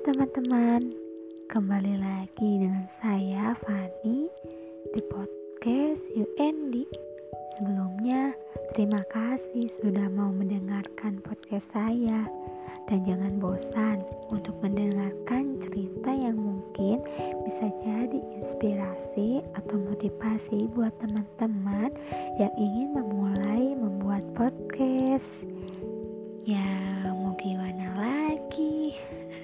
teman-teman, kembali lagi dengan saya Fani di podcast UND. Sebelumnya, terima kasih sudah mau mendengarkan podcast saya. Dan jangan bosan untuk mendengarkan cerita yang mungkin bisa jadi inspirasi atau motivasi buat teman-teman yang ingin memulai membuat podcast. Ya, mau gimana lagi?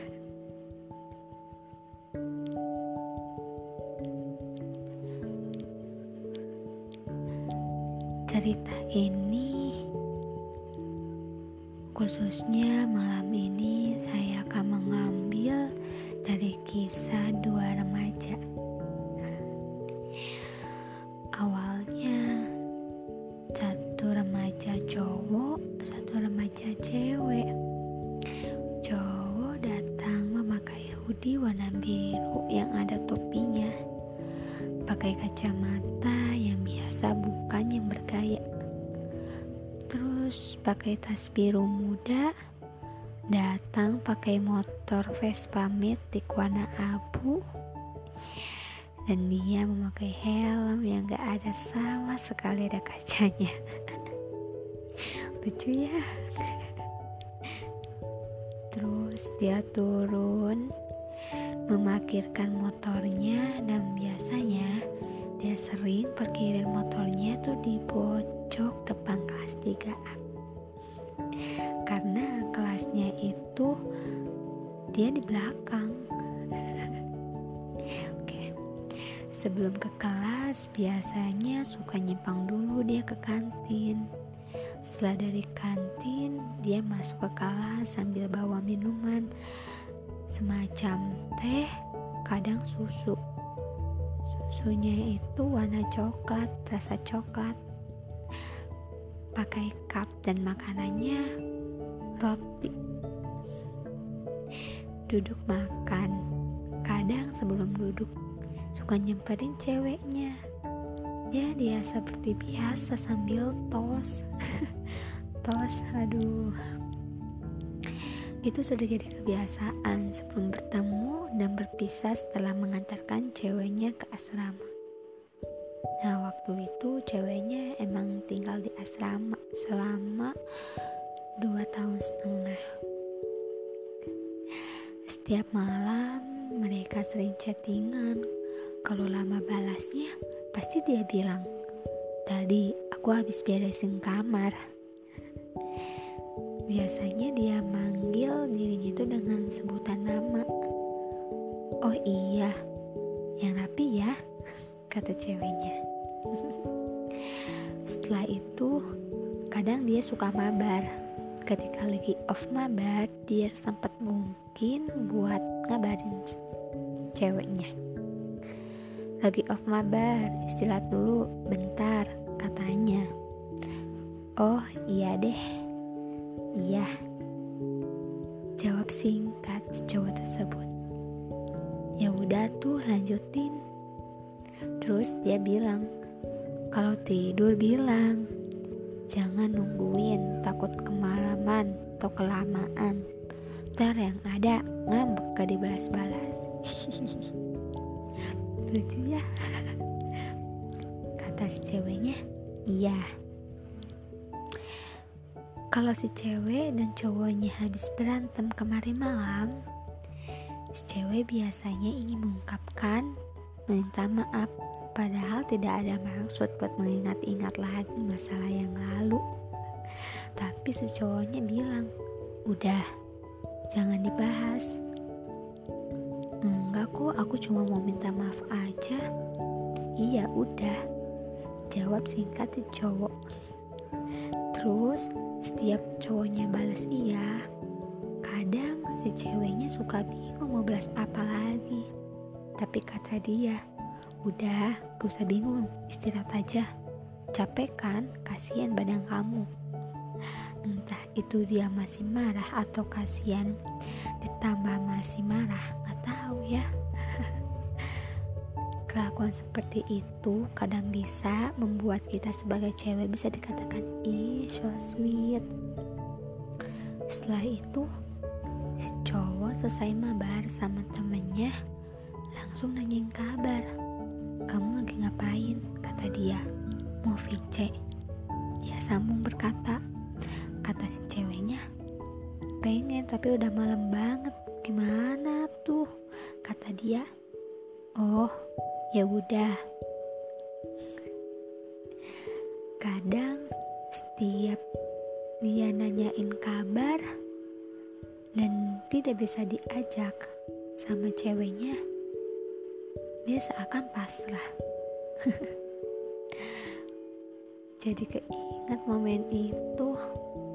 Cerita ini khususnya malam ini saya akan mengambil dari kisah dua remaja. Awalnya satu remaja cowok, satu remaja cewek. Cowok datang memakai hoodie warna biru yang ada topinya, pakai kacamata yang biasa bukan yang bergaya, terus pakai tas biru muda, datang pakai motor Vespa Matic warna abu, dan dia memakai helm yang gak ada sama sekali ada kacanya. Lucu ya. Terus dia turun memarkirkan motornya, dan biasanya dia sering parkirin motornya tuh di pojok depan kelas 3A, karena kelasnya itu dia di belakang. Oke. Sebelum ke kelas biasanya suka nyimpang dulu dia ke kantin. Setelah dari kantin dia masuk ke kelas sambil bawa minuman semacam teh, kadang susu. Susunya itu warna coklat, rasa coklat. Pakai cup dan makanannya roti. Duduk makan. Kadang sebelum duduk suka nyamperin ceweknya. Dia seperti biasa sambil tos. Aduh. Itu sudah jadi kebiasaan sebelum bertemu dan berpisah setelah mengantarkan ceweknya ke asrama. Nah, waktu itu ceweknya emang tinggal di asrama selama 2,5 tahun. Setiap malam mereka sering chattingan. Kalau lama balasnya, pasti dia bilang, "Tadi aku habis beresin kamar." Biasanya dia manggil dirinya itu dengan sebutan nama. "Oh iya, yang rapi ya," kata ceweknya. Setelah itu, kadang dia suka mabar. Ketika lagi off mabar, dia sempat mungkin buat ngabarin ceweknya. "Lagi off mabar, istirahat dulu bentar," katanya. "Oh iya deh." "Iya," jawab singkat cowok tersebut. "Ya udah tuh, lanjutin." Terus dia bilang, "Kalau tidur bilang, jangan nungguin, takut kemalaman atau kelamaan. Ntar yang ada ngambek gak dibalas-balas." Lucu ya. Kata si ceweknya, "Iya." Kalau si cewek dan cowoknya habis berantem kemarin malam, si cewek biasanya ingin mengungkapkan, minta maaf, padahal tidak ada maksud buat mengingat-ingat lagi masalah yang lalu. Tapi si cowoknya bilang, "Udah, jangan dibahas." "Enggak kok, aku cuma mau minta maaf aja." "Iya udah," jawab singkat si cowok. Terus setiap cowoknya balas iya, kadang si ceweknya suka bingung mau balas apa lagi. Tapi kata dia, "Udah, gak usah bingung, istirahat aja. Capek kan, kasihan badan kamu." Entah itu dia masih marah atau kasihan ditambah masih marah, gak tahu ya. Kelakuan seperti itu kadang bisa membuat kita sebagai cewek bisa dikatakan, "Ih, so sweet." Setelah itu Si cowok selesai mabar sama temennya, langsung nanyain kabar. Kamu lagi ngapain? Kata dia. Mau VC. Dia sambung berkata. Kata si ceweknya, pengen tapi udah malam banget. Gimana tuh? Kata dia. Oh, ya udah. Kadang setiap dia nanyain kabar dan tidak bisa diajak sama ceweknya, dia seakan pasrah. Jadi keinget momen itu.